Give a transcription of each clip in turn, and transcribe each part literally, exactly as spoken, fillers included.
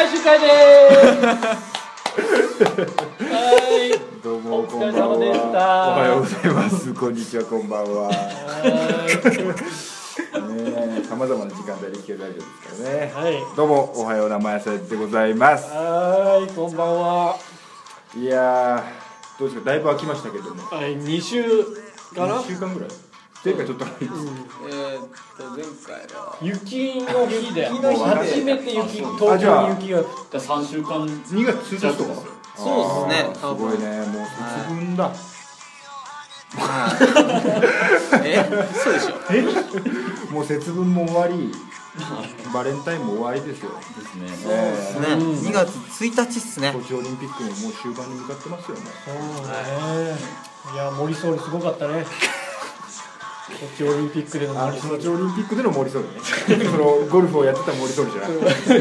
最終回でーすはいどうもお疲れ様でした。 おはようございます。こんにちは、こんばんは。さまざまな時間帯で聞けるラジオですからね、はい、どうもおはよう生野菜でございます。 はい、こんばんは。 いやー、どうですか、だいぶ空きましたけども、 はい、に週かな、 にしゅうかんぐらい前回ちょっと早いです、うん、 えー、っと前回は雪の日で初めて雪、東京に雪が降ったさんしゅうかん、 にがつついたちとか。 そうですね、 すごいね、もう節分だ。 え、そうでしょ。 えもう節分も終わり、バレンタインも終わりですよ。 ですね。えー、そうですね、うん、にがつついたちっすね。 東京オリンピックももう終盤に向かってますよね。 そうね、いや、森総理すごかったね。東京オリンピックでの森総理。 東京オリンピックでの森総理ね。そのゴルフをやってた森総理じゃない。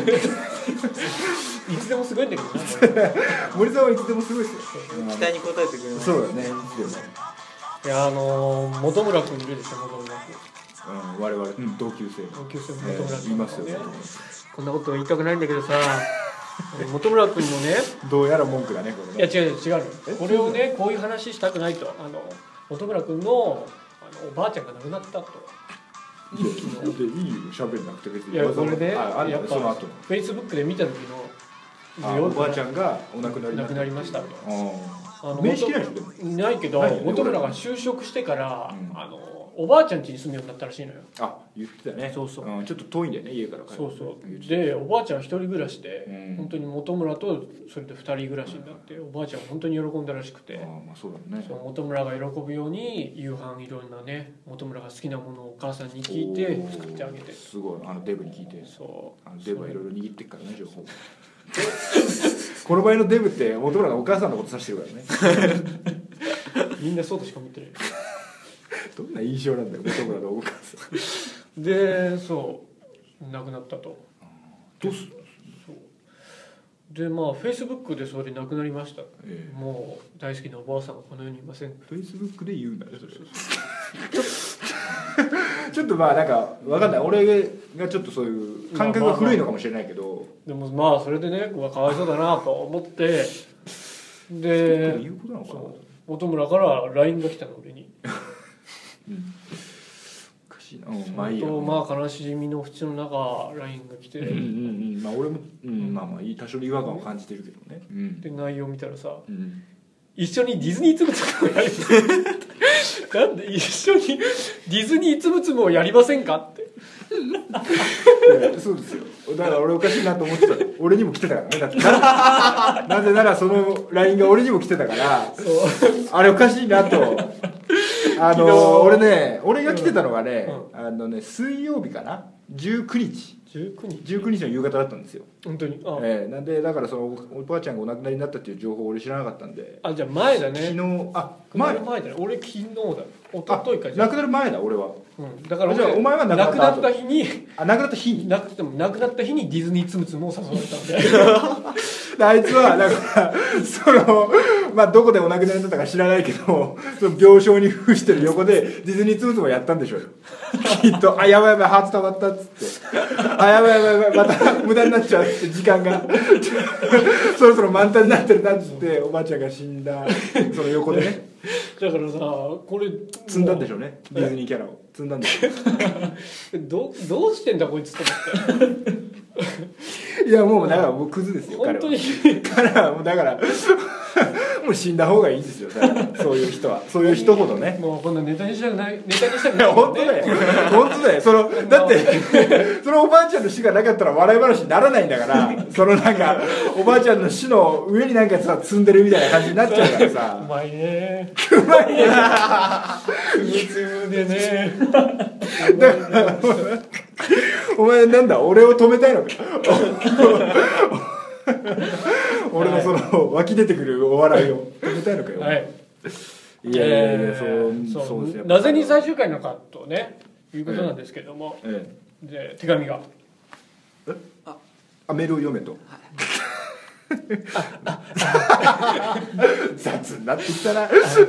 いつでもすごいんだけどな。 森さんはいつでもすごいですよ。 期待に応えてくれます。 そうだね、いつでも。 いや、あのー、本村君いるでしょ、本村君。うん、我々、うん、同級生。 同級生の本村君、 いますよね。 こんなこと言いたくないんだけどさ、本村君のね。 どうやら文句だね、これ。 いや、違う違う違う。これをね、こういう話したくないと、あの本村君のあのおばあちゃんが亡くなったと。 いや、いいよ、喋んなくて別に。 いや、これで、やっぱその後フェイスブックで見た時の。 おばあちゃんがお亡くなり亡くなりましたと。 あの面識ないでしょ。でもないけど、本村が就職してから、うん、あのおばあちゃん家に住むようになったらしいのよ。 あ、言ってたね。 そうそう、 うん、ちょっと遠いんだよね、家から。 そうそう。で、おばあちゃんは一人暮らしで、うん、本当に本村とそれで二人暮らしになって、おばあちゃんは本当に喜んだらしくて、 あ、まあそうだね。 そう、本村が喜ぶように夕飯いろんなね、本村が好きなものをお母さんに聞いて作ってあげて。 すごい、あのデブに聞いて。 そう。 あのデブはいろいろ握ってっからね、情報。この場合のデブって本村のお母さんのこと指してるからね。 みんなそうとしか思ってない。 どんな印象なんだよ、本村のお母さん。で、そう亡くなったと。 どうする？ そうで、まあフェイスブックでそれ亡くなりました、えー、もう大好きなおばあさんがこの世にいません。 フェイスブックで言うんだよ、それ。ちょっとまあなんか分かんない、俺がちょっとそういう感覚が古いのかもしれないけど、まあまあでもまあそれでね、かわいそうだなと思ってで、 言うことなのかな。 本村から ライン が来たの俺に。 うん、おかしいな。 まあいいや、まあ悲しみの淵の中 ライン が来て、うんうんうん、まあ俺も、うん、まあまあ多少違和感を感じてるけどね、うん、 で内容見たらさ、うん、一緒にディズニーつぶつぶをやりなんで一緒にディズニーつぶつぶをやりませんかって。 いや、そうですよ。だから俺おかしいなと思ってた。俺にも来てたからね。だってな, なぜならその ライン が俺にも来てたから、あれおかしいなと。あの俺ね、俺が来てたのがね、うん、あのね水曜日かな、じゅうくにちじゅうくにちじゅうくにちの夕方だったんですよ。 本当に。ああ、 えー、なんでだからそのおばあちゃんがお亡くなりになったっていう情報を俺知らなかったんで。 あ、じゃあ前だね。 昨日、あ、 前前だね。俺昨日だ。一昨日か。じゃ亡くなる前だ俺は。 うん、だからじゃあお前は亡くなった亡くなった日に、 あ、亡くなった日に亡くなった亡くなった日にディズニーつむつむを誘われたんで。 あいつはだからそのまあどこでお亡くなりになったか知らないけど、その病床に伏してる横でディズニーつむつむをやったんでしょうよ。きっと、あ、やばいやばい、ハーツ溜まったっつって、あ、やばいやばいやばい、また無駄になっちゃうって時間がそろそろ満タンになってるなっつって、おばあちゃんが死んだその横でね。 だからさ、これ積んだんでしょうね、ディズニーキャラを積んだんでしょう。 ど, どうしてんだこいつと思って。 いやもうだからもうクズですよ、 本当に。 彼は。彼はもうだからもう死んだ方がいいんですよ、だからそういう人は、そういう人ほどね。 もうこんなネタにしたくない、ネタにしたくない、 ね、本当だよ本当だよ。そのだってそのおばあちゃんの死がなかったら笑い話にならないんだから、そのなんかおばあちゃんの死の上になんかさ積んでるみたいな感じになっちゃうからさ。 うまいね、 うまいね、 つむでね。 だからお前なんだ、俺を止めたいのか。俺のその湧き出てくるお笑いを止めたいのかよ。はい。いやいやいや、そうそうですよ。 なぜに最終回なのかとねいうことなんですけども、ええ、で手紙が、 えああメールを読めと。雑になってきたな。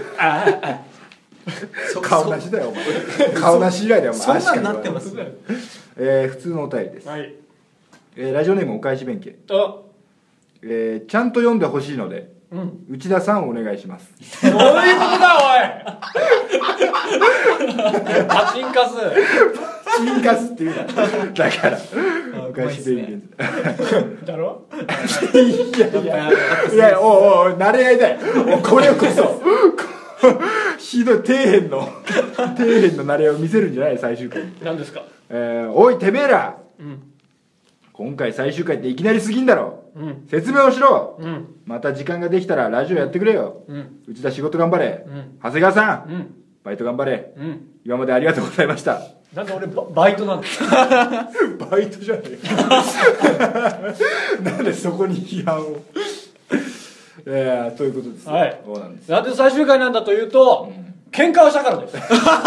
顔なしだよお前。顔なし以来だよお前。 そんなんなってます。 えー、普通のお便りです。 はい。 えーラジオネームお返し弁慶、 あ、 えーちゃんと読んでほしいのでうん、 内田さんお願いします。 どういうことだおいパチンカスチンカスっていうなだからお返し弁慶だろいやいやいやおうおう慣れ合いだよおこれこそひどい底辺の底辺の慣れ合いを見せるんじゃない最終回に、 何ですか。 えーおいてめえら、 うん、 今回最終回っていきなりすぎんだろ、 うん、 説明をしろ、 うん、 また時間ができたらラジオやってくれよ、 うん、 内田仕事頑張れ、 うん、 長谷川さん、 うん、 バイト頑張れ、 うん。 今までありがとうございました。 なんで俺ババイトなんだバイトじゃねえなんでそこに批判をえー、ということですよ、 はい、 そうなんです。 なんで最終回なんだというと、うん、喧嘩をしたからです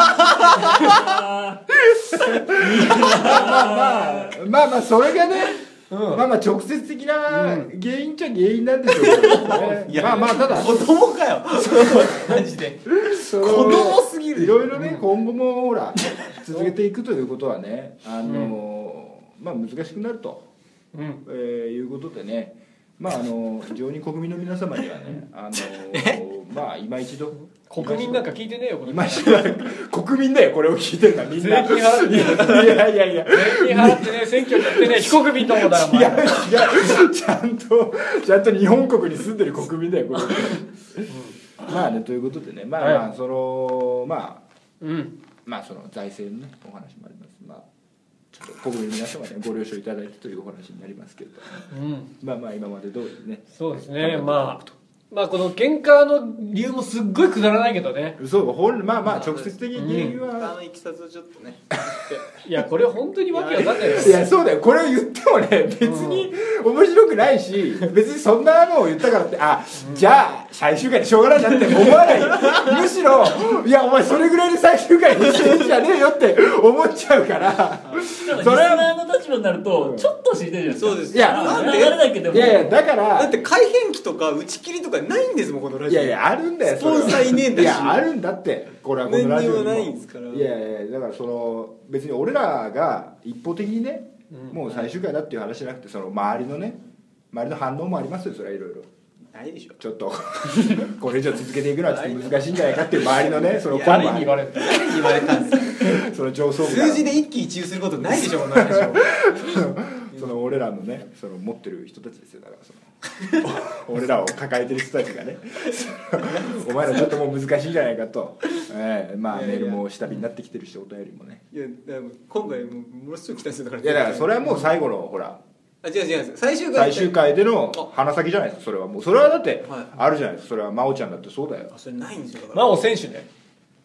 まあまあまあまあそれがね、うん、まあまあ直接的な原因っちゃ原因なんでしょうけどね、うん、まあまあただ子供かよマジで子供すぎる。 いろいろね、今後もほら続けていくということはね、あのー、まあ難しくなると、うん、えー、いうことでね、まああの非常に国民の皆様にはね、あのー、まあ今一度国民なんか聞いてねえよこれ。 今一度国民だよこれを聞いてるのはみんな。 税金払ってねいやいやいや税金払ってね選挙に行ってね非国民と思ったらお前。 いやいやちゃんとちゃんと日本国に住んでる国民だよこれ、うん、まあねということでね、まあまあ、はい、そのまあ、うん、まあその財政のねお話もあります。まあちょっと国民の皆様にご了承いただいてというお話になりますけれど、うん、まあまあ今まで通りね。 そうですね。まあまあこの喧嘩の理由もすっごいくだらないけどね。 そう本まあまあ直接的に原因は、うん、 あのいきさつをちょっとねいやこれ本当にわけわかんないよ。 いやそうだよこれを言ってもね別に面白くないし、別にそんなのを言ったからってあ、うん、じゃあ最終回でしょうがないなって思わないよむしろいやお前それぐらいで最終回にしてんじゃねえよって思っちゃうからそれはの立場になるとちょっと知りたいじゃないですか。 そうです。 いやなんで流れだけでもいやいやだからだって改変期とか打ち切りとかないんですもんこのラジオ。 いやいやあるんだよスポンサーいねえんだし。 いやあるんだってこれはこのラジオにも何にもないんですから。 いやいやだからその別に俺らが一方的にね、うん、もう最終回だっていう話じゃなくてその周りのね周りの反応もありますよそれはいろいろ。 ないでしょちょっとこれ以上続けていくのはちょっと難しいんじゃないかっていう周りのねその誰に言われた誰に言われたんですかその上層部数字で一喜一憂することないでしょこの話をその俺らのねその持ってる人たちですよだからその俺らを抱えてる人たちがねお前らちょっともう難しいんじゃないかと、えー、まあメールも下火になってきてるしお便りもねいや今回もものすごい期待するからいやだからそれはもう最後のほらあ違う違う最終回最終回での花咲じゃないですかそれはもうそれはだってあるじゃないですかそれは真央ちゃんだってそうだよ。 あそれないんですよだから真央選手ね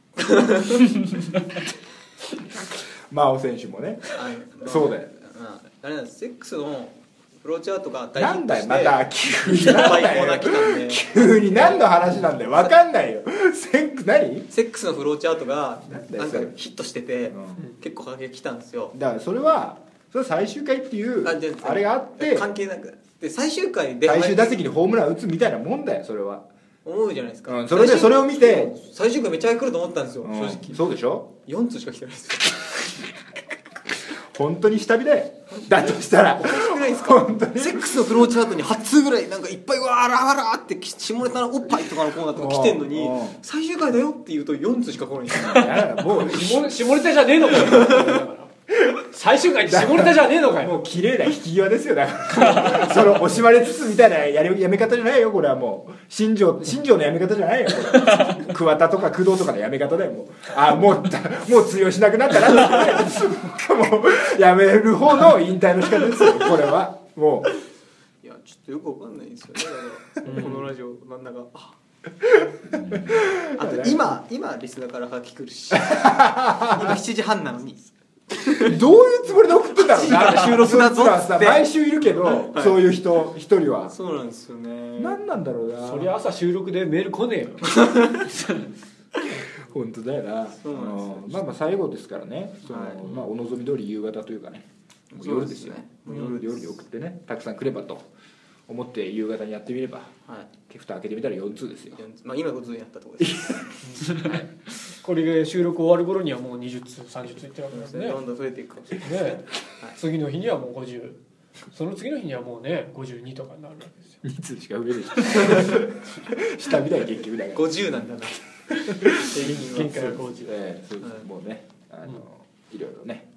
真央選手もねそうだよ。 あれなんですセックスのフローチャートが大なんだよまた急になんだよ急に何の話なんだよ分かんないよセック何セックスのフローチャートがなんかヒットしてて、うん、結構影来たんですよ。 だからそれはそれ最終回っていう あ, あれがあって関係なくで最終回で最終打席にホームラン打つみたいなもんだよそれは思うじゃないですか、 うん、それでそれを見て最終回めっちゃ来ると思ったんですよ、 うん、 正直そうでしょよん通しか来てないですよ本当に下火だよだとしたらおかしくないですか本当にセックスのフローチャートにはち通ぐらいなんかいっぱいわらわらって下ネタのおっぱいとかのコーナーとか来てんのに最終回だよって言うとよん通しか来ないんですよだからもう下ネタじゃねえのかよ最終回って下ネタじゃねえのかよもう綺麗な引き際ですよだからその惜しまれつつみたいなやりやめ方じゃないよこれはもう新庄新庄のやめ方じゃないよこれ桑田とか工藤とかのやめ方だよもうあもうもう通用しなくなったなってもうやめる方の引退の仕方ですよこれはもういやちょっとよくわかんないですよねだからこのラジオ真ん中ああと今今リスナーから書き来るし今しちじはんなのにどういうつもりで送ってんだろうな収録だぞっつって毎週いるけど、はい、そういう人一人はそうなんですよね何なんだろうなそりゃ朝収録でメール来ねえよ本当だよなそうなんですよまあまあ最後ですからねその、はいまあ、お望み通り夕方というかね夜ですよね夜夜に送ってねたくさん来ればと思って夕方にやってみれば、はい、蓋開けてみたらよん通ですよ、 まあ、今ご通やったところです、 はい、これが収録終わる頃にはもうにじゅう通さんじゅう通いってるわけですねどんどん増えていくかもしれない、 ねはい、次の日にはもうごじゅうその次の日にはもうねごじゅうにとかになるわけですよ。 に通しか増えるでしょ下見ない結局だからごじゅうなんだな限界はごじゅう。 ええそうです、 うんもうねあの、いろいろね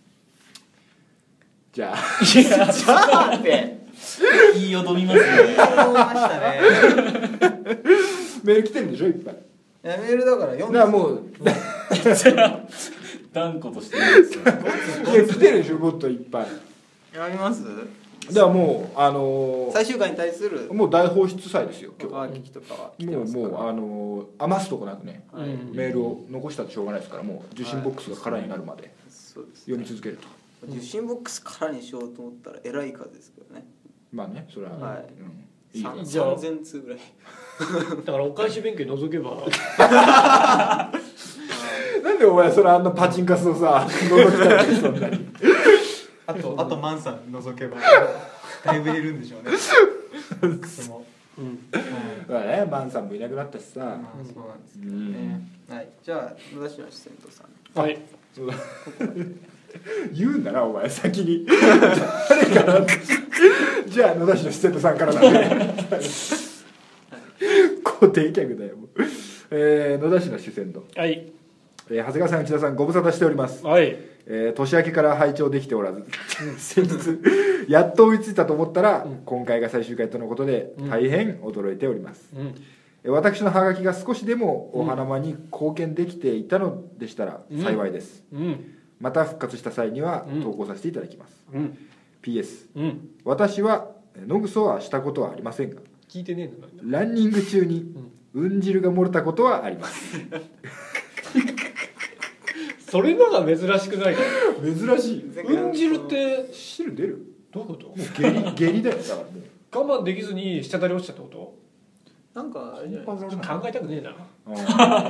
じゃあじゃあって言いよどみますね。 思いましたねメール来てるんでしょいっぱいやめるだから読んでだからもう断固としてないですよ。 いや来てるでしょもっといっぱいやりますだからもうあのー最終回に対するもう大放出祭ですよ今乾きとかは来日もうてますからもうあのー余すとこなくね、 はいうんメールを残したってしょうがないですからもう受信ボックスが空になるまでそうです読み続けると受信ボックスからにしようと思ったらえらい数ですけどねまあねそれは、 はいうんいいよじゃあさんぜん通ぐらいだからお返し勉強除けばなんでお前それあんなパチンカスをさ覗きたいのそんなにあとあとマンさん除けばだいぶいるんでしょうねでも、 うんまあねマンさんもいなくなったしさ、 まあそうなんですけどね、はいじゃあ野田市のセントさんはいそうだ言うんだなお前先に誰からってじゃあ野田市の施設さんからだね固定客だよもう、えー、野田市の主戦度、 はいえー、長谷川さん内田さんご無沙汰しております、 はいえー年明けから拝聴できておらず先日やっと追いついたと思ったら、 うん今回が最終回とのことでうん大変驚いております、 うんえー私のハガキが少しでもお花間に貢献できていたのでしたら幸いです、 うんまた復活した際にはうん投稿させていただきます、 うんピーエスうん私は野ぐそはしたことはありませんが聞いてねえんだランニング中にうん汁が漏れたことはありますそれのが珍しくないか珍しいうん汁って汁出るどういうこともう下痢下痢だよだからもう我慢できずに滴り落ちたってこなんかあれじゃないとちょっと考えたくねえなあー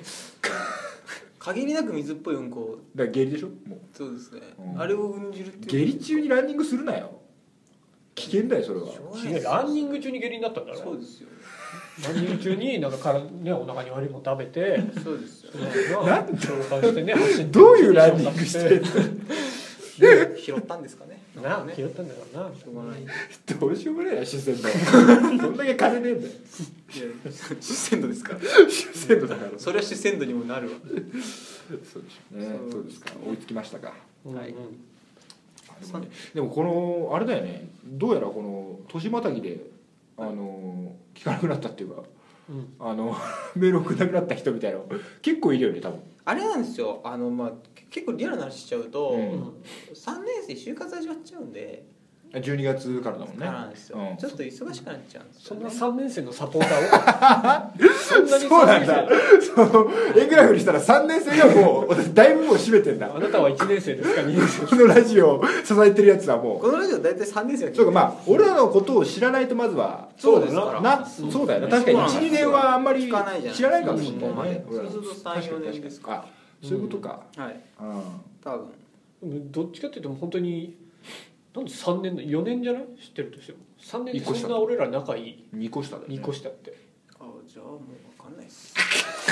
限りなく水っぽいうんこだから下痢でしょもうそうですね、 うんあれをうん汁って下痢中にランニングするなよ危険だよそれは違うランニング中に下痢になったんだろそうですよランニング中になんかから、ね、お腹に悪いもの食べてそうですよなん消化してね走ってどういうランニングしてんの拾ったんですかねなね拾ったんだろうなしょうがないいどうしようもねえな主戦度どんだけ金ねえんだよや主戦度ですから主戦度だからそれは主戦度にもなるわそうでしょうねそうそうですか追いつきましたかうんうんはいでもねでもこのあれだよねどうやらこの年またぎであの聞かなくなったっていうかうんあのメール送らなくなった人みたいなの結構いるよね多分あれなんですよあのまあ結構リアルな話しちゃうと、 うんさんねん生就活始まっちゃうんでじゅうにがつからだもんねからなんですよ、 うんちょっと忙しくなっちゃうんですよ、ね、 そんなさんねん生のサポーターをそんなにそうなんだそう円グラフにしたらさんねん生がもうだいぶもう占めてんだあなたはいちねん生ですかにねん生このラジオを支えてるやつはもこのラジオ大体さんねん生がうそうかまあ俺らのことを知らないとまずはそうですからなそうだよね確かにいちにねんはあんまり聞かないじゃない知らないかもしれないそこまでね俺らのそうするとさんよねんですかあそういうことかはいうん多分どっちかっていうと本当になんでさんねんよねんじゃない知ってるとしてもさんねんって一個下そんな俺ら仲いいにこ下だよねにこ下ってあじゃあもう分かんないっす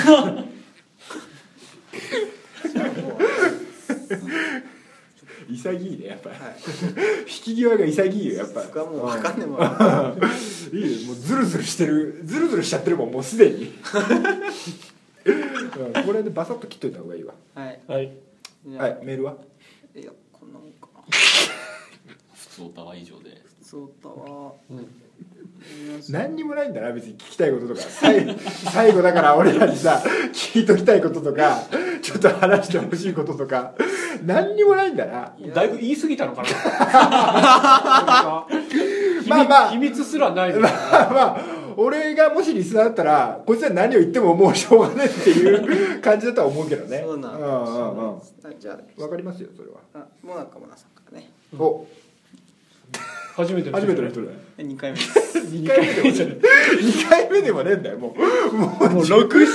潔いねやっぱりはい引き際が潔いよやっぱり僕はもう分かんないもんいいよもうズルズルしてるズルズルしちゃってるもんもうすでにうんこれでバサッと切っといた方がいいわはいはいじゃあはいメールはいやこんなもんかな普通オタは以上で。 普通歌はうん何にもないんだな別に聞きたいこととか最後最後だから俺らにさ聞いときたいこととかちょっと話してほしいこととか何にもないんだなだいぶ言い過ぎたのかなまあまあ秘密すらないのまあまあ俺がもしリスナーだったらこいつは何を言ってももうしょうがないっていう感じだとは思うけどねそうなんうんうんうんあじゃわかりますよそれはああもなかもなさんからねお初めて初めての人だよにかいめですにかいめでもねにかいめでもねえんだよもうもうもうろく、なな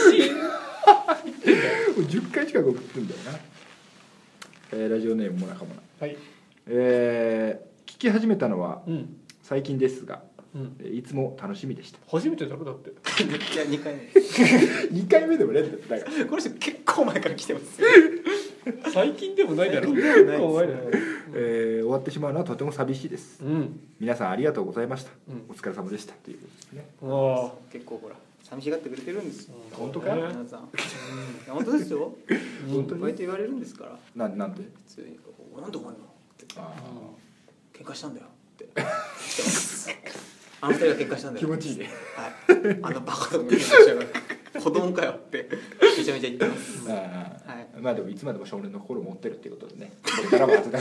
じゅっかい近く送ってんだよな、えーラジオネームもなかもなはいえー聞き始めたのはうん最近ですが、 うんえーいつも楽しみでした初めてだろだっていやにかいめですにかいめでもねえんだよだからこの人結構前から来てますよ最近でもないだろ。 最近でもないですお前だよえー終わってしまうのはとても寂しいです。 うん皆さんありがとうございました、 うんお疲れ様でしたということですね。 あ結構ほら寂しがってくれてるんですよあ本当か皆さん、うん、いや本当ですよ本当に割と言われるんですからななんで普通に「なんで終わんの?」ってあ 「喧嘩したんだよ」って言ってますあの二人が喧嘩したんだよ気持ちいいね。 はいあのバカどもが喧嘩しやがる子供かよってめちゃめちゃ言ってますああ、 はいまあでもいつまでも少年の心を持ってるっていうことでね、これからも温か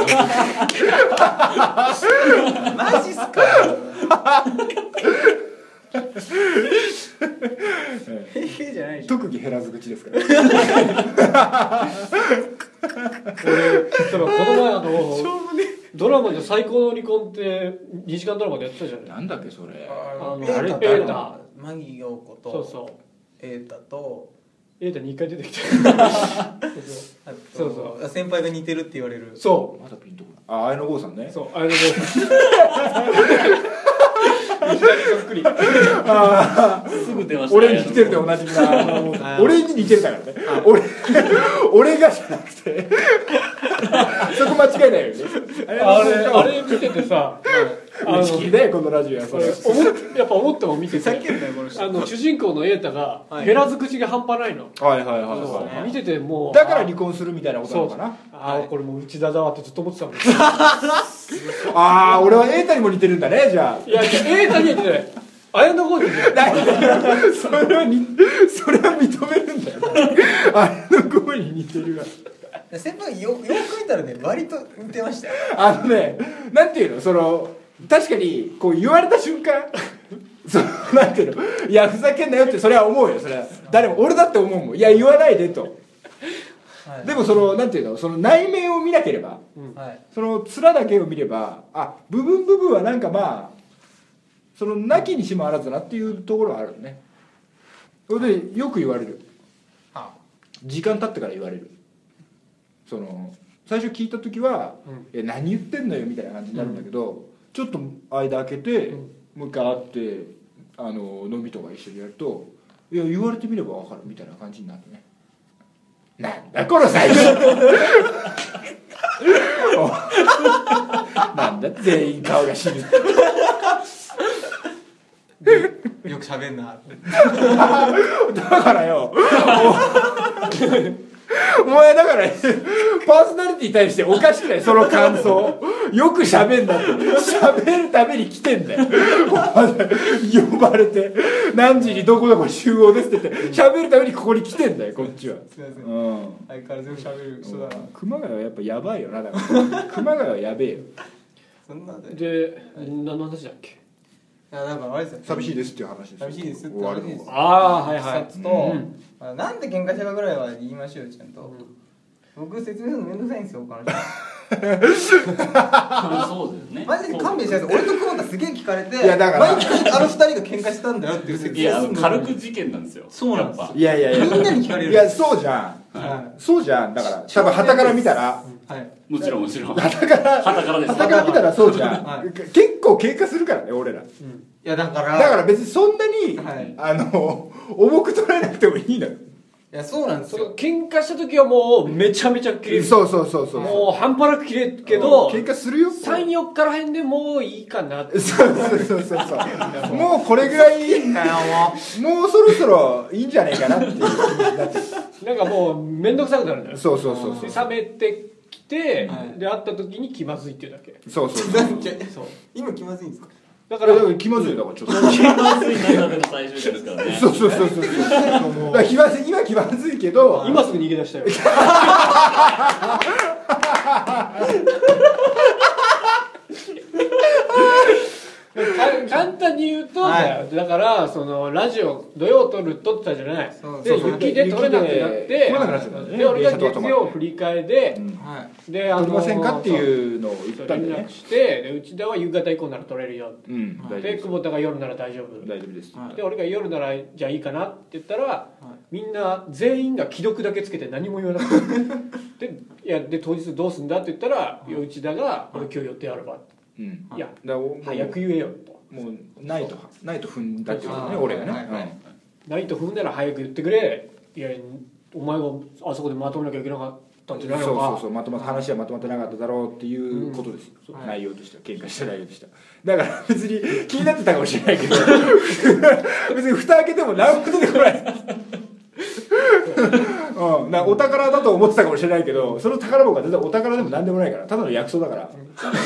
くマジっすかへへじゃないでしょ特技減らず口ですから俺そのこの前あのドラマで最高の離婚ってにじかんドラマでやってたじゃない。 なんだっけそれ。 あのエータとあれエータマギ陽子とそうそうエータとエータにかい出てきてあとそうそ先輩が似てるって言われるそまだピンとこない。あ、綾野剛さんね。 うそうあれで石田にそっくりすぐ出ました。 俺に似てるでおなじみな俺に似てるだからね。俺俺がじゃなくてそこ間違いないよね。 あれあれ見ててさあの打ち切りだよこのラジオやそれ。 思っやっぱ思っても見てて叫んだよこの人あの主人公の瑛太がはい減らず口が半端ないの、 はいはいはいそうはい。 見ててもうだから離婚するみたいなことなそうのかな。 ああこれもう内田だわってずっと思ってたもんああ、俺は瑛太にも似てるんだねじゃあ。 いや瑛太に言ってない綾野剛に言ってないそれはにそれは認めるんだよ。綾野剛に似てるわ。 先輩よよく見たらね割と似てましたよあのね、なんていうの、その確かにこう言われた瞬間そのなんていうの、いやふざけんなよってそれは思うよ。それは誰も俺だって思うもん。いや言わないでと、 はい、 でもそのなんていうの、その内面を見なければ、 はいその面だけを見れば、あ部分部分はなんかまあそのなきにしもあらずなっていうところはあるよね。それでよく言われる。 あ時間経ってから言われる。その最初聞いた時は、 うんえ何言ってんのよみたいな感じになるんだけど、ちょっと間開けて、 うんもう一回会ってあの飲みとか一緒にやると、いや言われてみれば分かるみたいな感じになるね。なんだこの最初なんだ全員顔が死ぬよく喋んなだからよお前だからパーソナリティに対しておかしくないその感想。よく喋んだって喋るために来てんだよ呼ばれて何時にどこどこ集合ですって言って喋るためにここに来てんだよこっちは。 すいません、 うん相変わらずよく喋る人だな、 熊谷はやっぱやばいよな。だから熊谷はやべえよ。 そんなでいで何の話だっけ。 やだからあれですよ寂しいですっていう話ですよ。 寂しいですって終わる話ですのはああはいはい視察と、 うんまあなんで喧嘩したかぐらいは言いましょうよちゃんと、 うん僕説明するのめんどくさいんですよ他の人そうだよね。 マジで勘弁してください。俺と久保田すげえ聞かれて、 いやだから毎回あの二人が喧嘩したんだよっていう説いや明するの軽く事件なんですよ。 そうなんですよやっいやいやいやみんなに聞かれるいやそうじゃん、 はそうじゃん。だから多分旗から見たらい、はい、 ぱもちろんもちろん。 旗から旗からです。 旗から見たらそうじゃん、 はい結構喧嘩するからね俺ら。 いやだからだから別にそんなに、 はいあの重く捉えなくてもいいのよ。 いやそうなんですそのよ喧嘩した時はもうめちゃめちゃ切れる。 そうそうそうそうもう半端なく切れるけど喧嘩するよ。 さん、よっからへんでもういいかなって。 そうそうそうそうそうもうこれぐらいもうそろそろいいんじゃないかなっていう気持ちになってる。 なんかもう面倒くさくなるんだよ。 そうそうそうでそう冷めてきて、 はいで会った時に気まずいっていうだけ。 そうそうそうなんかそう今気まずいんですかだからだから気まずいよだからちょっと気まずい中での最終回ですからね。 そうそうそうそうだから気まずい今気まずいけど今すぐ逃げ出したよ。か簡単に言うと、 はいだからそのラジオ土曜撮る撮ってたじゃない。 そうでそうそう雪で撮れなくなって雪で撮れなくなっちゃったんだよねで俺が電車とか止まって月曜振り替えで、 うんはいであ撮りませんかっていうのを言そうったんだよね。 連絡してで内田は夕方以降なら撮れるよって、 うん大丈夫でです久保田が夜なら大丈夫、 大丈夫です。 はいで俺が夜ならじゃあいいかなって言ったら、みんな全員が既読だけつけて何も言わなくてでいやで当日どうすんだって言ったら、内田が「俺今日予定あるわ」 うんいやだからもう早く言えよともうないとないと踏んだっていうことねあー俺がね。 はいはいないと踏んだら早く言ってくれいやお前があそこでまとめなきゃいけなかったんじゃないのか。 そうそうそう、まとまった話はまとまってなかっただろうっていうことですよ、 うん内容としては、喧嘩した内容としては。だから別に気になってたかもしれないけど別に蓋開けても何も出てこないうん、なんかお宝だと思ってたかもしれないけど、その宝箱が全然お宝でも何でもないから、ただの薬草だから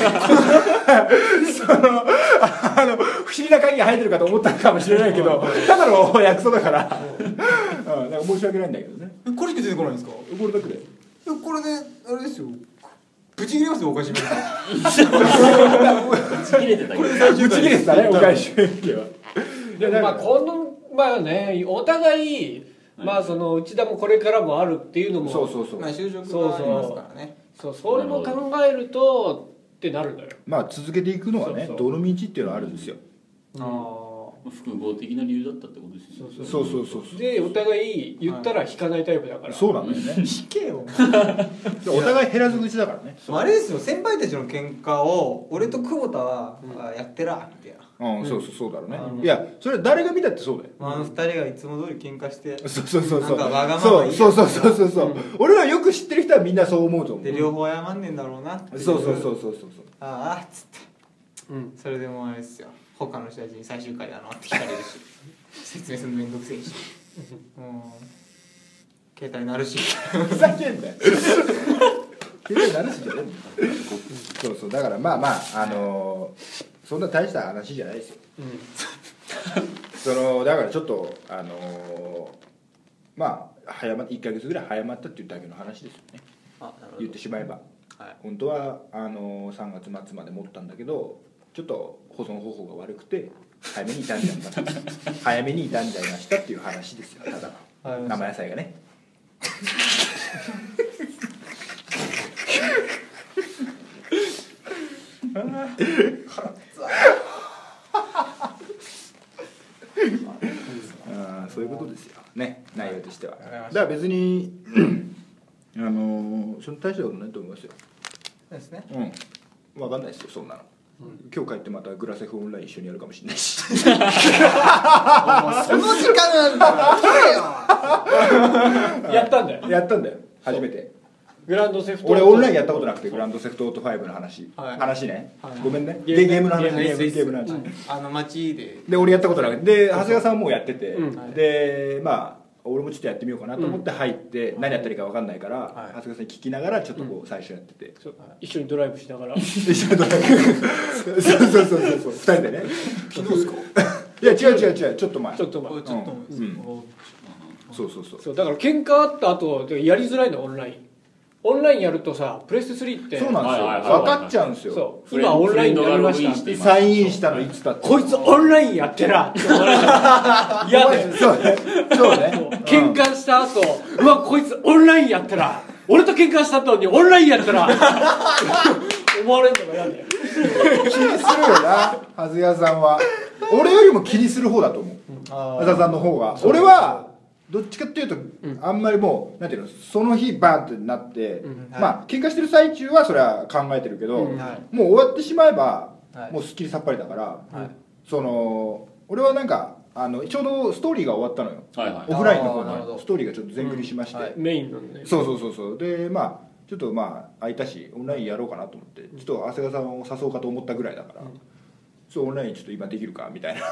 そのあの不思議な鍵が入ってるかと思ったかもしれないけど、ただの薬草だから、うん、なんか申し訳ないんだけどね。 これしか出てこないんですか？ これだけでいやこれであれですよ、ブチ切れますよお菓子メーカーちぎれてたけどぶち切れてたね、お返し家は。 でもまあこのまあね、お互いまあその内田もこれからもあるっていうのも、 そうそうそう、 まあ就職がありますからね。 そうそれも考えるとってなるんだよ。 まあ続けていくのはね、 そうそうどの道っていうのはあるんですよ。 あ複合的な理由だったってことですよね。 そうそうそうそう。 でお互い言ったら引かないタイプだから、 そうなんだよね。 引けよでお互い減らず口だからね。 あれですよ、先輩たちの喧嘩を俺と久保田は、あやってらみたいな、 うん、そうそうそうだろうね。 うんいや、それ誰が見たってそうだよ。 あの二人がいつも通り喧嘩してそうそうそうそう。 なんかわがままそう言いそうそうそうそうそう。俺らよく知ってる人はみんなそう思うと思う。 で両方謝んねんだろうなっていうそうそうそうそうそうそう。 ああっつってうん、 それでもうあれですよ、他の人たちに最終回だなって聞かれるし説明するのめんどくせえしうん携帯鳴るしふざけんなよ。携帯鳴るしじゃねえんだよ。そうそう、だからまあまああのー、そんな大した話じゃないですよ。そのだからちょっとあのー、まあ早まいっかげつぐらい早まったっていうだけの話ですよね。 あなるほど言ってしまえば、 はい本当はあのー、さんがつ末まで持ったんだけど、ちょっと保存方法が悪くて早めに傷んじゃった早めに傷んじゃいましたっていう話ですよ。ただはいの生野菜がねあーそういうことですよね、内容としては。だから別にあのー、その大したことないと思いますよ。 そうですね。 うん、分かんないですよそんなの、うん、今日帰ってまたグラセフオンライン一緒にやるかもしれないしもうその時間なんだから来れよやったんだよやったんだよ初めて。 グランドセフト。 俺オンラインやったことなくて、グランドセフトオートファイブの話、 はい、 話ね、 はい、 ごめんね、 ゲでゲームの話、 ゲームゲームゲームの話、うん、 あの街でで俺やったことなくて、で長谷川さんはもうやってて、 うん、 でまあ俺もちょっとやってみようかなと思って入って、うん、何やったらいいか分かんないから、はい、長谷川さんに聞きながらちょっとこう最初やってて、 うん、一緒にドライブしながら一緒にドライブそうそうそうそうそうふたりでね。 昨日ですか？ いや違う違う違う、ちょっと前ちょっと前ちょっと前です、 うんうん、そうそうそうそうだから喧嘩あった後やりづらいのオンラインオンラインやるとさプレステスリーってそうなんですよ、 はいはいはい、 分かっちゃうんですよ。 そう今オンラインになりましたサインインしたのいつだって、 こいつオンラインやってらって思われちゃう嫌でそうねそうね喧嘩した後、うわこいつオンラインやったら俺と喧嘩した後にオンラインやったら思われるのが嫌で気にするよな長谷川さんは。俺よりも気にする方だと思う、長谷川さんの方が。俺はどっちかっていうと、うん、あんまりもうなんていうの、その日バーンってなって、うんはい、まあ喧嘩してる最中はそれは考えてるけど、うんはい、もう終わってしまえば、はい、もうすっきりさっぱりだから、はい、その俺はなんかあのちょうどストーリーが終わったのよ、はいはい、オフラインの方のストーリーがちょっと全クリしまして、うんはい、 メインなんで、 そうそうそうそうでまあちょっとまあ空いたしオンラインやろうかなと思って、ちょっと長谷川さんを誘おうかと思ったぐらいだから、うん、そうオンラインちょっと今できるかみたいな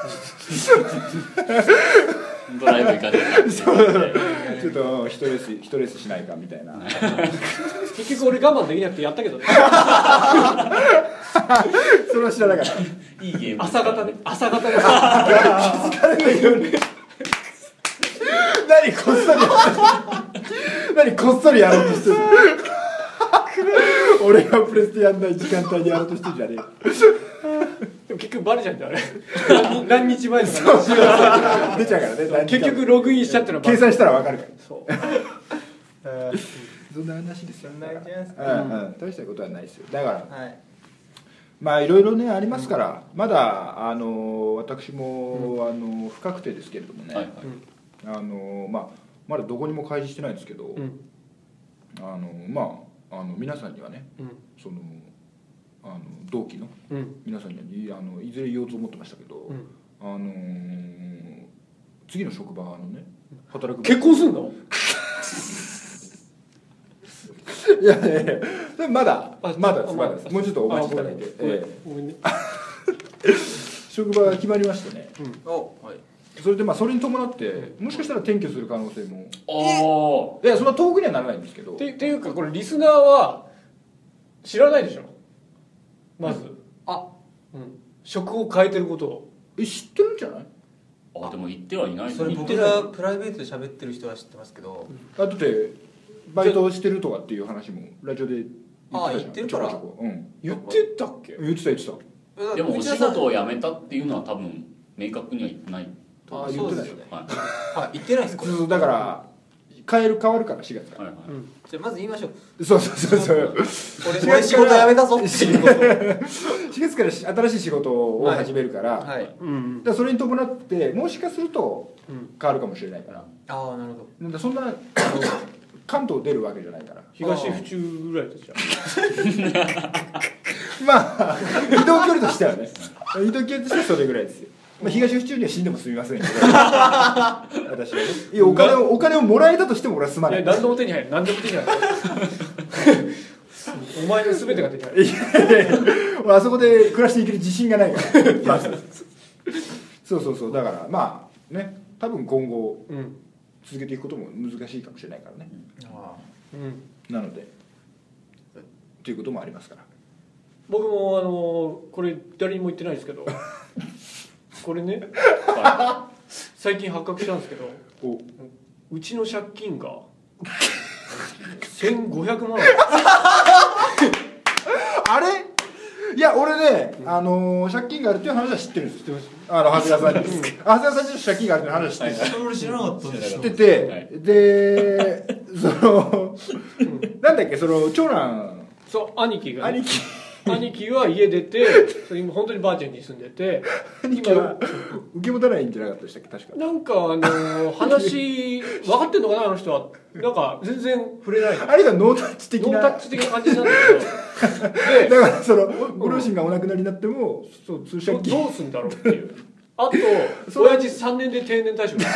ドライブ行かねえかちょっとストレスストレスしないかみたいな結局俺我慢できなくてやったけどねそれは知らなかったいいゲーム朝方ね朝方で気づかないよね何こっそり何こっそりやろうとしてる俺がプレステやんない時間帯にやろうとしてるじゃねえでも結局バレちゃうんだよね何, 何日前とか出ちゃうからね。 結局ログインしちゃったら計算したら分かるから。 そうそんな話ですよ。 そんな話ですか。 うんうん、大したことはないですよ。だから、はい、まあいろいろねありますから、うん、まだあの私も、うん、あの不確定ですけれどもね、はいはい、あのまあまだどこにも開示してないんですけど、うん、あのまああの皆さんにはね、うん、そのあの同期の皆さんには、あのいずれ言おうと思ってましたけど、うん、あのー、次の職場のね働く結婚すんのいやいやいやでもまだあまだですあまだですもうちょっとお待ちいただいて、 あごめんえごめんねえ職場が決まりましてね、 おはいそれでまあそれに伴ってもしかしたら転居する可能性もおーいやそんな遠くにはならないんですけどってっていうかこれリスナーは知らないでしょまず、 あうん、職を変えてることをえ知ってるんじゃないあでも言ってはいないそれ僕言ってないがプライベートで喋ってる人は知ってますけど、 あだってバイトしてるとかっていう話もラジオで言ってたじゃんあ言ってるからちょこちょこうん言ってたっけ言ってた言ってたでもお仕事を辞めたっていうのは多分明確には言ってないああそうですよねはいあ言ってないですこれそうだから変える変わるからしがつからはいはいじゃあまず言いましょうそうそうそうそう俺俺仕事辞めたぞっていうことしがつからし新しい仕事を始めるから、 はいだかうんらそれに伴ってもしかするとうん変わるかもしれないからああなるほどなんでそんなあの関東出るわけじゃないから東府中ぐらいだじゃんまあ移動距離としてはね移動距離としてはそれぐらいですよ、まあ、東府中には死んでも住みませんけど私はねいやお金をお金をもらえたとしても俺は住まないいや何でも手に入る何でも手に入るお前の全てが手に入るいやいや俺あそこで暮らしていける自信がないからまずそうそうそうだからまあね多分今後うん続けていくことも難しいかもしれないからねあうんなのでということもありますから僕もあのこれ誰にも言ってないですけどこれね最近発覚したんですけどおうちの借金がせんごひゃくまんあれいや俺ね、あのー借金があるっていう話は知ってるんですよあの長谷川さんに長谷川さんに借金があるっていう話は知ってるんですよそれ俺知らなかったんです知っよてて、 はいでそのなんだっけその長男そう兄貴がね、 兄貴兄貴は家出てそれ今本当にばあちゃんに住んでて兄貴は受け持たないんじゃなかったでしたっけ確かなんかあのー話分かってんのかなあの人はなんか全然触れないのあれがノータッチ的なノータッチ的な感じなんだけどだからそのご両親がお亡くなりになってもそう通でど借金どうすんだろうっていうあとそう親父さんねんで定年退職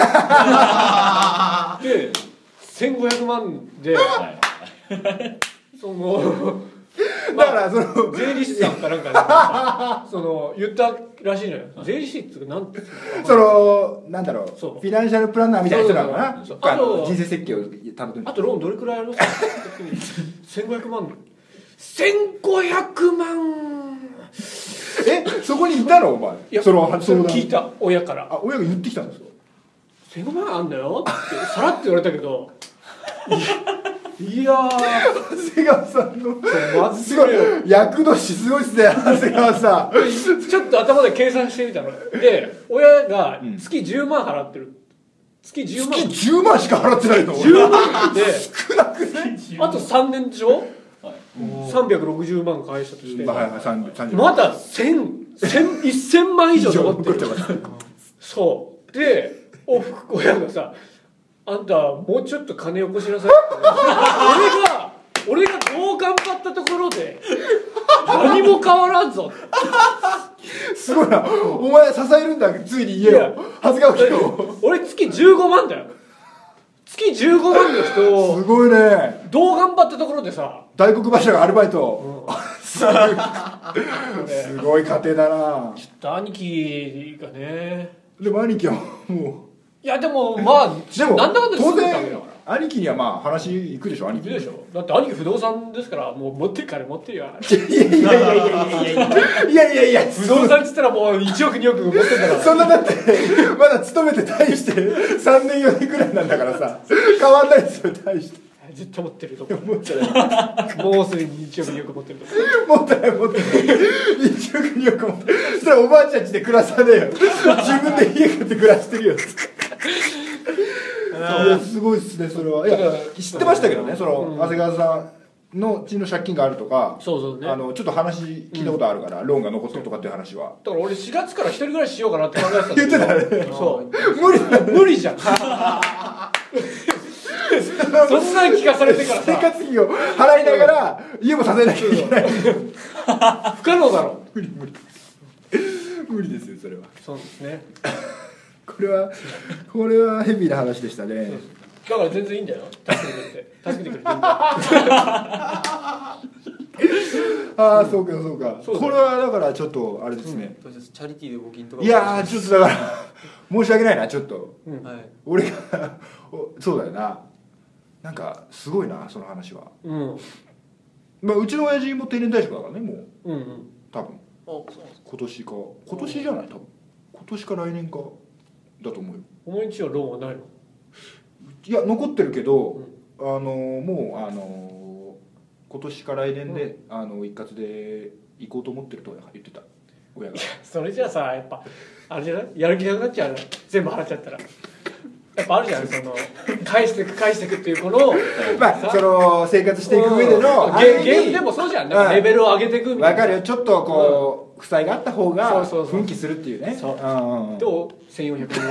でせんごひゃくまんでそのだからその税理士さんかなんかでその言ったらしいのよ税理士っていうかなんていうのそのなんだろうそうフィナンシャルプランナーみたいな人なのかなそうあのあと人生設計を担当あとローンどれくらいありますかせんごひゃくまんせんごひゃくまんえそこにいたのお前いやそのそれ相談聞いた親からあ親が言ってきたんですよせんごまんあんだよってさらって言われたけどいやー長谷川さんのまずすごい厄年すごいっすね長谷川さんちょっと頭で計算してみたので親がうん月じゅうまん払ってる月じゅうまん月じゅうまんしか払ってないのじゅうまんで少なくないあとさんねんでしょはいさんびゃくろくじゅうまん返したとしてまあはいはいさんじゅうまだせんせんまん以上残ってる残ってそうでおふく親がさあんたもうちょっと金よこしなさいって俺が俺がどう頑張ったところで何も変わらんぞすごいなお前支えるんだついに家いやを長谷川家を俺月じゅうごまんだよ月じゅうごまんの人すをごいねどう頑張ったところでさ、 大黒柱がアルバイトすごいねすごい家庭だなちょっと兄貴がねでも兄貴はもいやでもまあうでもなんだかんだ当作ったわけだ然から兄貴にはまあ話行くでしょ兄貴いるでしょだって兄貴不動産ですからもう持ってる金持ってるよいやいやいやいやいやいやいやいやいや不動産っつったらもういちおくにおく持ってるんだからそんなだってまだ勤めて大してさんねんよねんくらいなんだからさ変わんないですよ大して絶対持ってると思持ってないうもうすでにいちおくにおく持ってると思持ってない持ってないいちおくにおく持ってそしたらおばあちゃん家で暮らさねえよ自分で家買って暮らしてるよいやすごいっすねそれはいや知ってましたけどねその、 うん長谷川さんの家の借金があるとかそうそうねあのちょっと話聞いたことあるから、ローンが残ってるとかっていう話はだから俺しがつから一人暮らししようかなって考えてたんだ言ってたけどねそう無理だ無理じゃんそんなん聞かされてから生さ活費を払いながら家も支えなきゃいけない不可能だろ無理無理無理ですよそれはそうですねこれはこれはヘビーな話でしたねだから全然いいんだよ、助けてくれて助けてくれていいんだよ。 ああそうかそうか、 そうだよこれはだからちょっとあれですね、 チャリティーで募金とかいやーちょっとだから申し訳ないなちょっとうんはい俺がおそうだよな、なんかすごいなその話は。 うんまあうちの親父も定年退職だからねもううんうん多分あそうなんですか今年か今年じゃない多分今年か来年かだと思うよ。 お前んちはローンはないの？ いや残ってるけど、あのもうあの今年か来年で、あの一括で行こうと思ってると言ってた親が。 それじゃあさやっぱあれじゃない、やる気なくなっちゃうじゃん、全部払っちゃったら。やっぱあるじゃん、その返していく返していくっていうこのまあその生活していく上でのうんゲゲームでもそうじゃん、なんかレベルを上げていくみたいな。 分かるよ、ちょっとこう負債があった方がそうそうそう奮起するっていうね。 そううんうんうんどうせんよんひゃくえん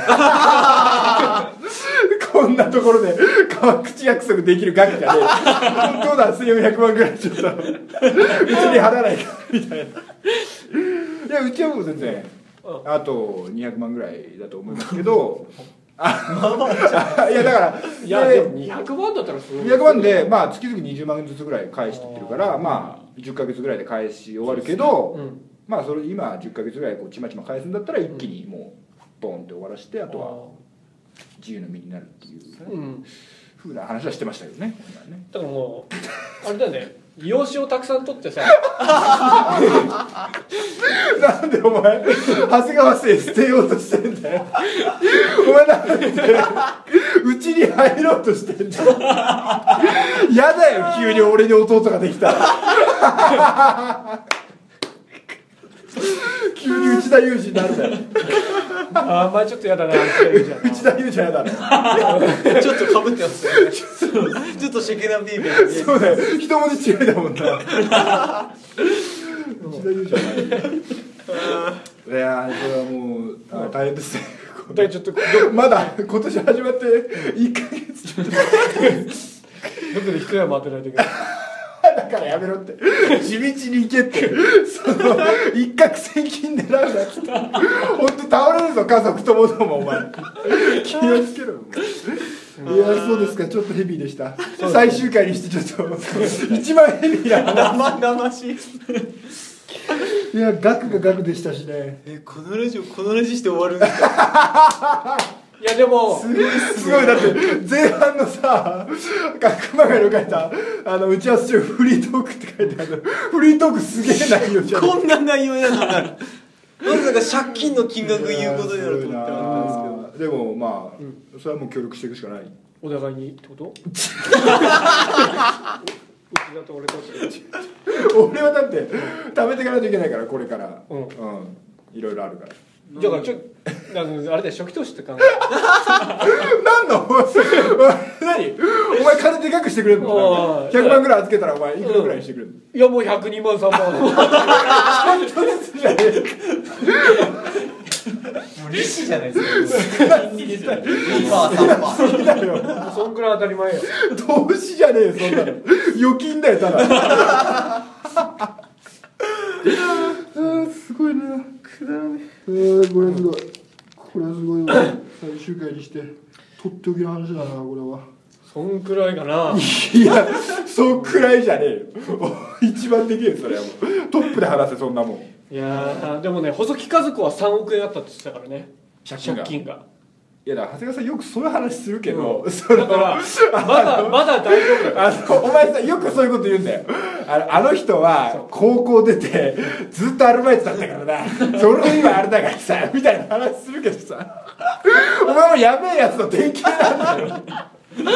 こんなところで口約束できる額じゃねえどうだせんよんひゃくまんぐらいちょっとうちに払わないかみたいな。いやうちはもう全然うんあとにひゃくまんぐらいだと思いますけどあいやだからいやでもにひゃくまんだったらすごい。 にひゃくまんで、まあ、月々にじゅうまんずつぐらい返してってるから、まあ、じゅっかげつぐらいで返し終わるけど、 うんまあそれ今じゅっかげつぐらいこうちまちま返すんだったら一気にもうボンって終わらして、あとは自由の身になるっていううんふうな話はしてましたけどね。ねだからもうあれだよね、養子をたくさん取ってさなんでお前長谷川姓捨てようとしてんだよお前なんでうちに入ろうとしてんだよやだよ急に俺に弟ができたら急に内田裕二になるんだよあーまあちょっとやだな内内田裕二はやだねちょっとかぶってますよねちょっとシェケナビーベーそうだよ一文字違いだもんな内田裕二はないいやーそれはもうあ大変ですねでちょっとどまだ今年始まっていっかげつちょっとどこで一山当てないといけない。 だからやめろって地道に行けってその一攫千金狙うなって本当倒れるぞ家族ともどもお前気をつけろよいやそうですか、ちょっとヘビーでした最終回にしてちょっと一番ヘビーな生々しいいや額が額でしたしね。 えこのラジオこのラジオして終わるんですかいやでもすごいすごいだって前半のさ熊谷の書いたあの打ち合わせ中フリートークって書いてあるフリートークすげえ内容じゃんこんな内容やなまさか借金の金額言うことになると思ってなかったんですけどでもまあ、うん、それはもう協力していくしかないお互いにってことうちだと俺とって俺はだって貯めていかないといけないからこれからうん、うん、 いろいろあるからだからちょなんかあれだよ初期投資って考え何の何お前金でかくしてくれるのひゃくまんぐらい預けたらお前いくらぐらいにしてくれるの、 いやもうひゃくにまんさんまんちょっとずつじゃねえもう利子じゃないですか金利ですよねにパーセントさんパーセント好きだよそんくらい当たり前よ投資じゃねえよそんなの預金だよただすごいなくだらねえこれすごいこれすごいわ最終回にしてとっておきの話だなこれはそんくらいかないやそんくらいじゃねえよ一番できるよそれはもうトップで話せそんなもんいやでもね細木数子はさんおくえんあったって言ってたからね借金が借金がいやだから長谷川さんよくそういう話するけど、 うん、 そのだからまだまだ大丈夫だからあのお前さよくそういうこと言うんだよあのあの人は高校出てずっとアルバイトだったからなそれで今あれだからさみたいな話するけどさお前もやべえやつの典型なんだよあ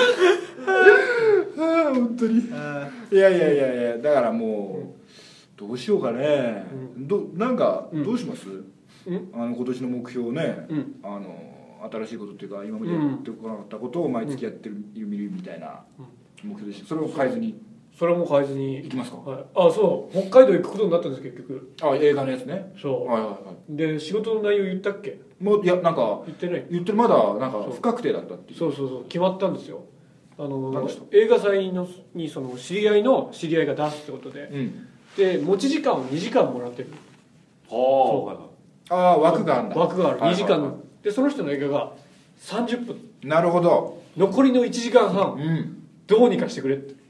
あ本当にいやいやいやいやだからもうどうしようかね、うん、どなんかどうします、うん、あの今年の目標ね、うん、あの新しいことっていうか今までやってこなかったことを毎月やってるみるみたいな目標でした。それを変えずにそれも変えずに行きますか、 はい、あそう北海道行くことになったんです結局あ映画のやつねそう、 はいはいはい、 で仕事の内容言ったっけもういやなんか言ってない言ってるまだなんか不確定だったっていうそうそうそう決まったんですよあの映画祭のにその知り合いの知り合いが出すってことで、うん、で持ち時間をにじかんもらってるはああ枠があるんだ枠があるにじかんの、はいはいはい、でその人の映画がさんじゅっぷんなるほど残りのいちじかんはんうんどうにかしてくれって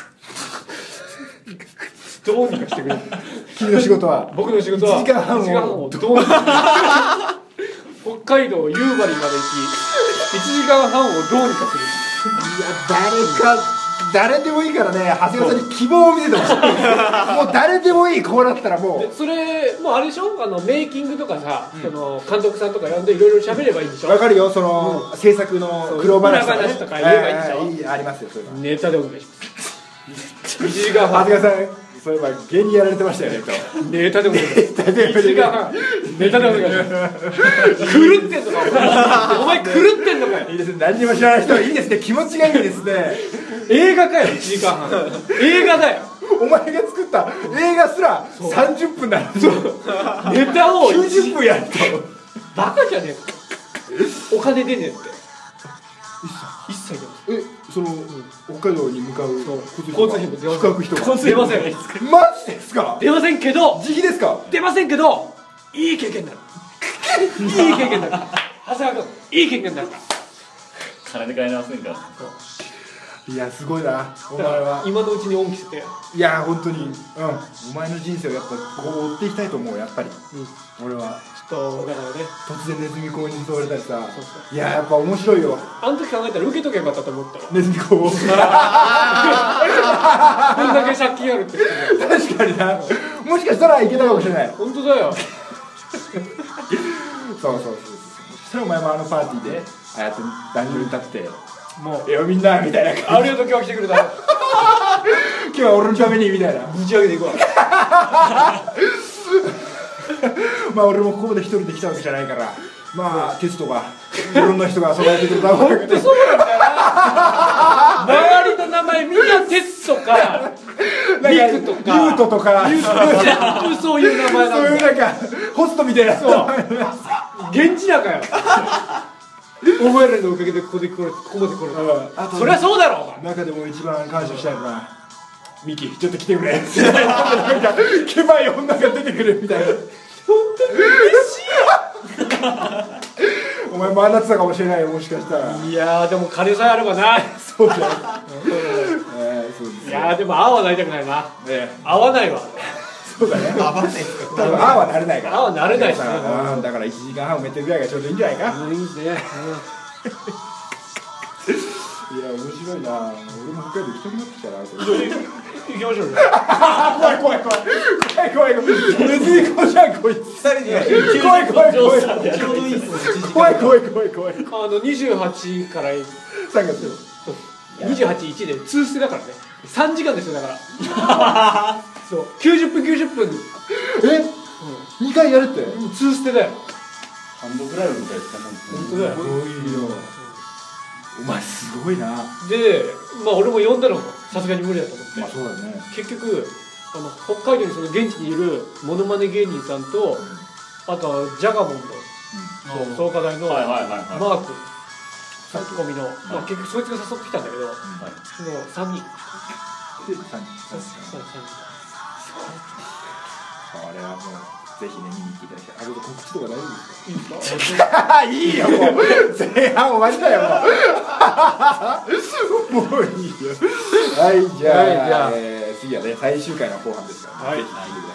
どうにかしてくれって君の仕事は僕の仕事はいちじかんはんをいちじかんはんをどうにか北海道夕張まで行きいちじかんはんをどうにかする。 いや誰か誰でもいいからね長谷川さんに希望を見せてほしいもう誰でもいいこうなったらもうでそれもうあれでしょあのメイキングとかさ、うん、その監督さんとか呼んでいろいろ喋ればいいんでしょ。 わかるよその、うん、制作の苦労話とか、ね、 話とか言えばいいんでしょ、 えー、いいありますよそれはネタでお願いしますいちじかんはん長谷川さんそういえば芸人やられてましたよねネタでお願いしますいちじかんはんネタでお願いします狂ってんのかお前狂ってんのかよ。 いいですね何にも知らない人はいいですね気持ちがいいですね映画かよいちじかんはん映画だよお前が作った映画すらさんじゅっぷんなのにネタをきゅうじゅっぷんやるとバカじゃねえかお金出ねえって一切出ません。 えその北海道に向かう交通費も宿泊費とか出ませんマジですか出ませんけど自費ですか出ませんけどいい経験になるいい経験になる長谷川君いい経験になるから金で買えませんから。 いやすごいなお前だからは今のうちに恩着せていや本当にうんお前の人生をやっぱこう追っていきたいと思うやっぱり、うん、俺はちょっとだからね突然ネズミ講に誘われたりさそうそういややっぱ面白いよあの時考えたら受けとけばよかったと思ったわネズミ講こんだけ借金あるって確かになもしかしたらいけたかもしれない本当だよそうそうそうそうそしたらお前もあのパーティーでああやって壇上に立ってもういやみんなみたいなありがとう今日は来てくれた今日は俺のためにみたいなぶち上げていくわまあ俺もここまで一人で来たわけじゃないからまあテストがいろんな人が備えてくれたわけ本当そうなんだよな周りの名前みんなテストかリクとかリュウトとか全部そういう名前なんだよそういうなんかホストみたいなそう現地だかよお前らのおかげでここで来れここまで来れた、うん、そりゃそうだろお前中でも一番感謝したいのはミキちょっと来てくれなんかケバい女が出てくるみたいな本当に嬉しいよお前もああなってたかもしれないよもしかしたらいやーでも金さえあればなそうだよ、えー、そうですいやーでもああはなりたくないな、 ね、 合わないわそうだね合わないですか多分ああはなれないからああはなれないですねうんだからいちじかんはん埋めてるぐらいがちょうどいいんじゃないかいいですね、 いや面白いな俺も北海道行きたくなってきたなそれ行きましょうよ怖い怖い怖い怖い怖い怖いネズミ子じゃんこいつふたりで怖い怖い怖いちょうどいいっす怖い怖い怖い怖いあのにじゅうはちからさんがつよにじゅうはち、いちでツーステだからねさんじかんですよだからそうきゅうじゅっぷんきゅうじゅっぷんえ、うん、にかいやるってツーステだよハンドグライブみたいですかね。 本当だよすごいよお前すごいなでまあ俺も呼んだのもさすがに無理だと思って、 まあそうだね結局あの北海道にその現地にいるモノマネ芸人さんとあとはジャガモンのうん創価大のマはいはいはいはいークツッコミの、まあ、結局そいつが誘ってきたんだけど、 はいそのさんにんでさんにんそうそうそうあれはもうぜひね見に行っていただきたいあれ告知とか大丈夫いいですかいいよもう前半終わりだよもうもういいよはいじゃあ、 はいじゃあえー次はね最終回の後半ですから、ねはいぜひ聞いてください